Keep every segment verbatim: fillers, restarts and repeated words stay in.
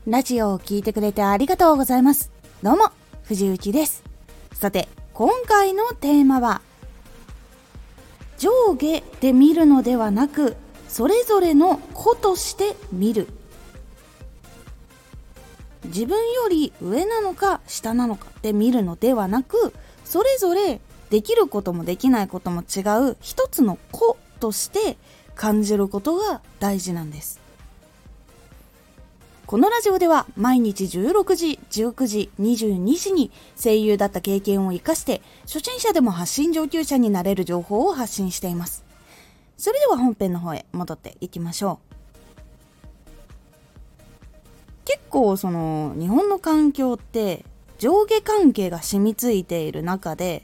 ラジオを聞いてくれてありがとうございます。どうも藤内です。さて今回のテーマは、上下で見るのではなくそれぞれの個として見る。自分より上なのか下なのかで見るのではなく、それぞれできることもできないことも違う一つの個として感じることが大事なんです。このラジオでは毎日じゅうろくじ、じゅうくじ、にじゅうにじに声優だった経験を生かして初心者でも発信上級者になれる情報を発信しています。それでは本編の方へ戻っていきましょう。結構その日本の環境って上下関係が染みついている中で、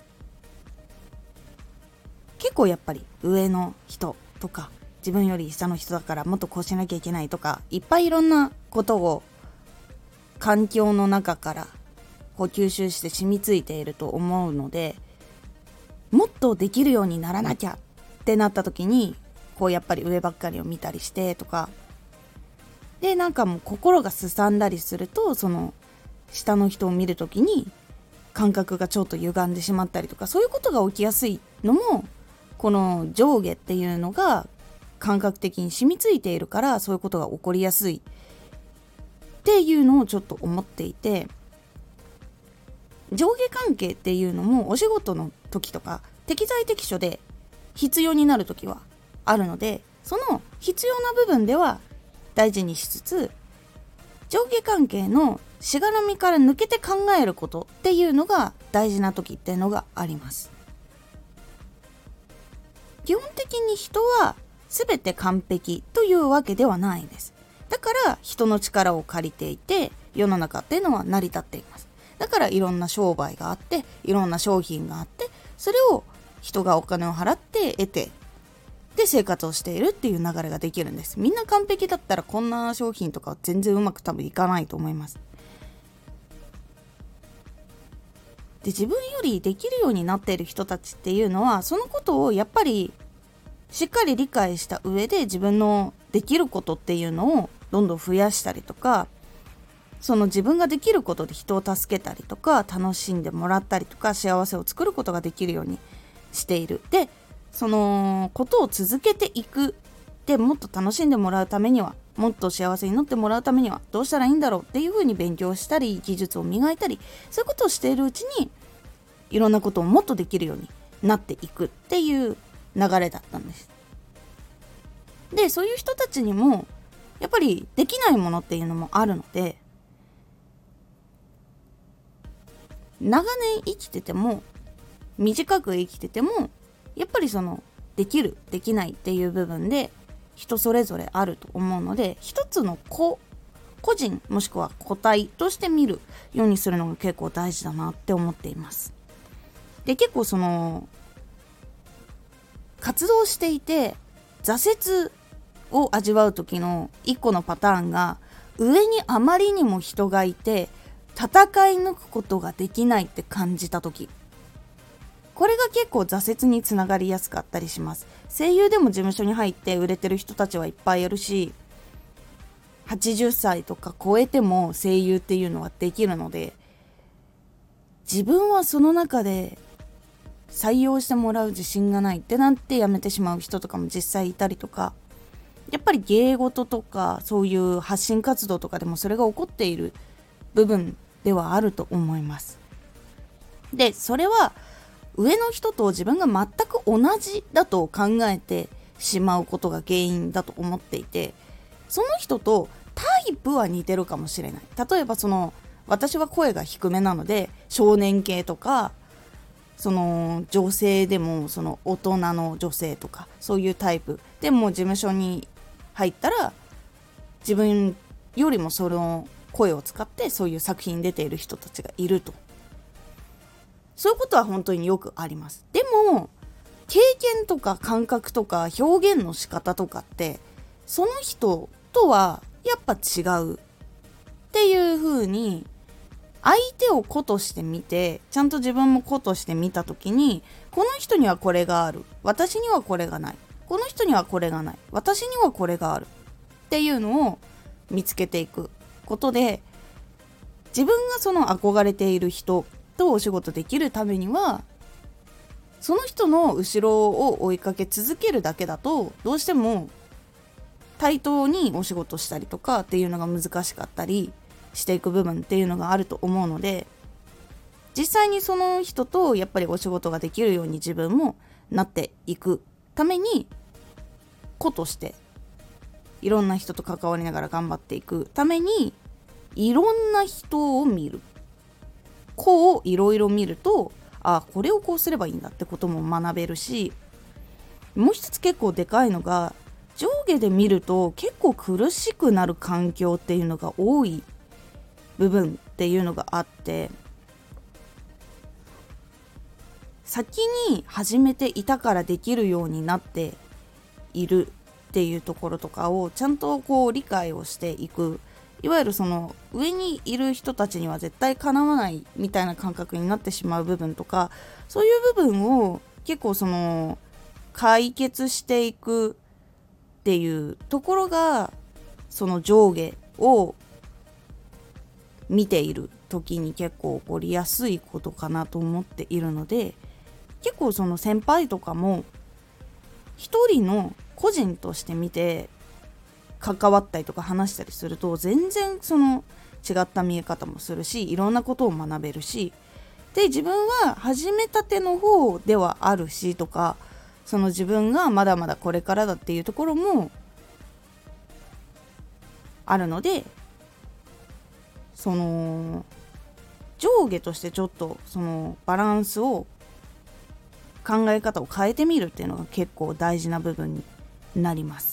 結構やっぱり上の人とか自分より下の人だからもっとこうしなきゃいけないとか、いっぱいいろんなことを環境の中からこう吸収して染みついていると思うので、もっとできるようにならなきゃってなった時にこうやっぱり上ばっかりを見たりしてとかで、なんかもう心がすさんだりすると、その下の人を見る時に感覚がちょっと歪んでしまったりとか、そういうことが起きやすいのもこの上下っていうのが感覚的に染みついているから、そういうことが起こりやすいっていうのをちょっと思っていて、上下関係っていうのもお仕事の時とか適材適所で必要になる時はあるので、その必要な部分では大事にしつつ、上下関係のしがらみから抜けて考えることっていうのが大事な時っていうのがあります。基本的に人は全て完璧というわけではないです。だから人の力を借りていて世の中っていうのは成り立っています。だからいろんな商売があっていろんな商品があって、それを人がお金を払って得てで生活をしているっていう流れができるんです。みんな完璧だったらこんな商品とか全然うまく多分いかないと思います。で、自分よりできるようになっている人たちっていうのは、そのことをやっぱりしっかり理解した上で自分のできることっていうのをどんどん増やしたりとか、その自分ができることで人を助けたりとか楽しんでもらったりとか幸せを作ることができるようにしている。で、そのことを続けていく。で、もっと楽しんでもらうためには、もっと幸せになってもらうためにはどうしたらいいんだろうっていうふうに勉強したり技術を磨いたり、そういうことをしているうちにいろんなことをもっとできるようになっていくっていう流れだったんです。で、そういう人たちにもやっぱりできないものっていうのもあるので、長年生きてても短く生きててもやっぱりそのできるできないっていう部分で人それぞれあると思うので、一つの個個人もしくは個体として見るようにするのが結構大事だなって思っています。で、結構その活動していて挫折を味わう時の一個のパターンが、上にあまりにも人がいて戦い抜くことができないって感じた時、これが結構挫折につながりやすかったりします。声優でも事務所に入って売れてる人たちはいっぱいいるし、はちじゅっさいとか超えても声優っていうのはできるので、自分はその中で採用してもらう自信がないってなって辞めてしまう人とかも実際いたりとか、やっぱり芸事とかそういう発信活動とかでもそれが起こっている部分ではあると思います。で、それは上の人と自分が全く同じだと考えてしまうことが原因だと思っていて、その人とタイプは似てるかもしれない。例えばその私は声が低めなので少年系とか、その女性でもその大人の女性とかそういうタイプでも事務所に入ったら自分よりもその声を使ってそういう作品に出ている人たちがいると。そういうことは本当によくあります。でも経験とか感覚とか表現の仕方とかってその人とはやっぱ違うっていう風に、相手を個として見てちゃんと自分も個として見たときに、この人にはこれがある、私にはこれがない、この人にはこれがない、私にはこれがあるっていうのを見つけていくことで、自分がその憧れている人とお仕事できるためには、その人の後ろを追いかけ続けるだけだと、どうしても対等にお仕事したりとかっていうのが難しかったりしていく部分っていうのがあると思うので、実際にその人とやっぱりお仕事ができるように自分もなっていくために、子としていろんな人と関わりながら頑張っていくために、いろんな人を見る、子をいろいろ見ると、あ、これをこうすればいいんだってことも学べるし、もう一つ結構でかいのが、上下で見ると結構苦しくなる環境っていうのが多い部分っていうのがあって、先に始めていたからできるようになっているっていうところとかをちゃんとこう理解をしていく、いわゆるその上にいる人たちには絶対かなわないみたいな感覚になってしまう部分とか、そういう部分を結構その解決していくっていうところが、その上下を見ている時に結構起こりやすいことかなと思っているので、結構その先輩とかも一人の個人として見て関わったりとか話したりすると、全然その違った見え方もするし、いろんなことを学べるし、で自分は始めたての方ではあるしとか、その自分がまだまだこれからだっていうところもあるので、その上下としてちょっとそのバランスを、考え方を変えてみるっていうのが結構大事な部分になります。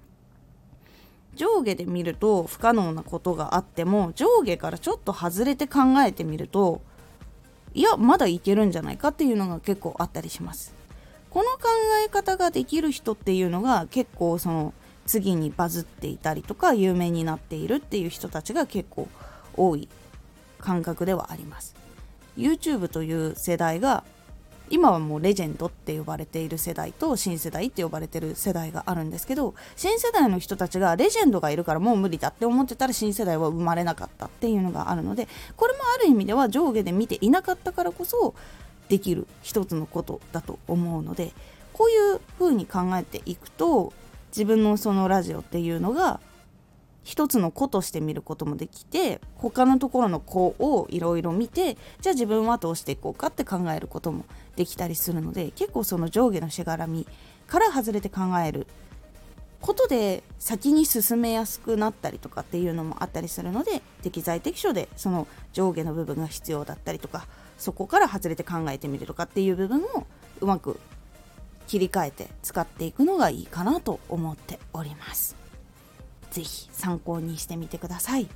上下で見ると不可能なことがあっても、上下からちょっと外れて考えてみると、いやまだいけるんじゃないかっていうのが結構あったりします。この考え方ができる人っていうのが結構その次にバズっていたりとか有名になっているっていう人たちが結構多い感覚ではあります。 YouTube という世代が今はもうレジェンドって呼ばれている世代と新世代って呼ばれている世代があるんですけど、新世代の人たちがレジェンドがいるからもう無理だって思ってたら、新世代は生まれなかったっていうのがあるので、これもある意味では上下で見ていなかったからこそできる一つのことだと思うので、こういう風に考えていくと、自分のそのラジオっていうのが一つの子として見ることもできて、他のところの子をいろいろ見て、じゃあ自分はどうしていこうかって考えることもできたりするので、結構その上下のしがらみから外れて考えることで先に進めやすくなったりとかっていうのもあったりするので、適材適所でその上下の部分が必要だったりとか、そこから外れて考えてみるとかっていう部分をうまく切り替えて使っていくのがいいかなと思っております。ぜひ参考にしてみてください。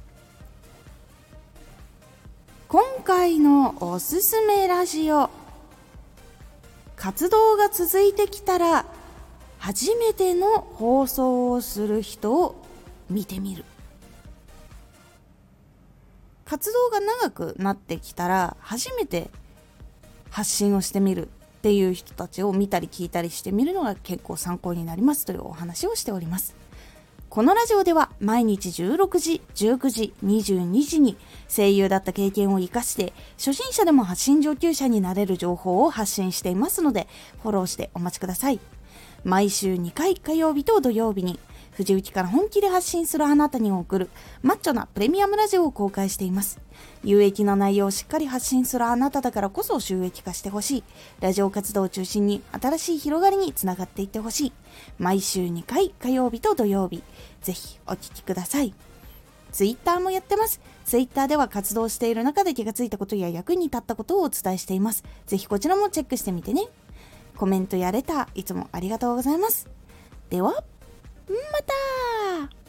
今回のおすすめラジオ、活動が続いてきたら初めての放送をする人を見てみる。活動が長くなってきたら初めて発信をしてみるっていう人たちを見たり聞いたりしてみるのが結構参考になりますというお話をしております。このラジオでは毎日じゅうろくじ、じゅうくじ、にじゅうにじに声優だった経験を生かして初心者でも発信上級者になれる情報を発信していますので、フォローしてお待ちください。毎週にかい、火曜日と土曜日に藤雪から本気で発信するあなたに送るマッチョなプレミアムラジオを公開しています。有益な内容をしっかり発信するあなただからこそ収益化してほしい。ラジオ活動を中心に新しい広がりにつながっていってほしい。毎週にかい、火曜日と土曜日、ぜひお聞きください。ツイッターもやってます。ツイッターでは活動している中で気がついたことや役に立ったことをお伝えしています。ぜひこちらもチェックしてみてね。コメントやレターいつもありがとうございます。ではまた。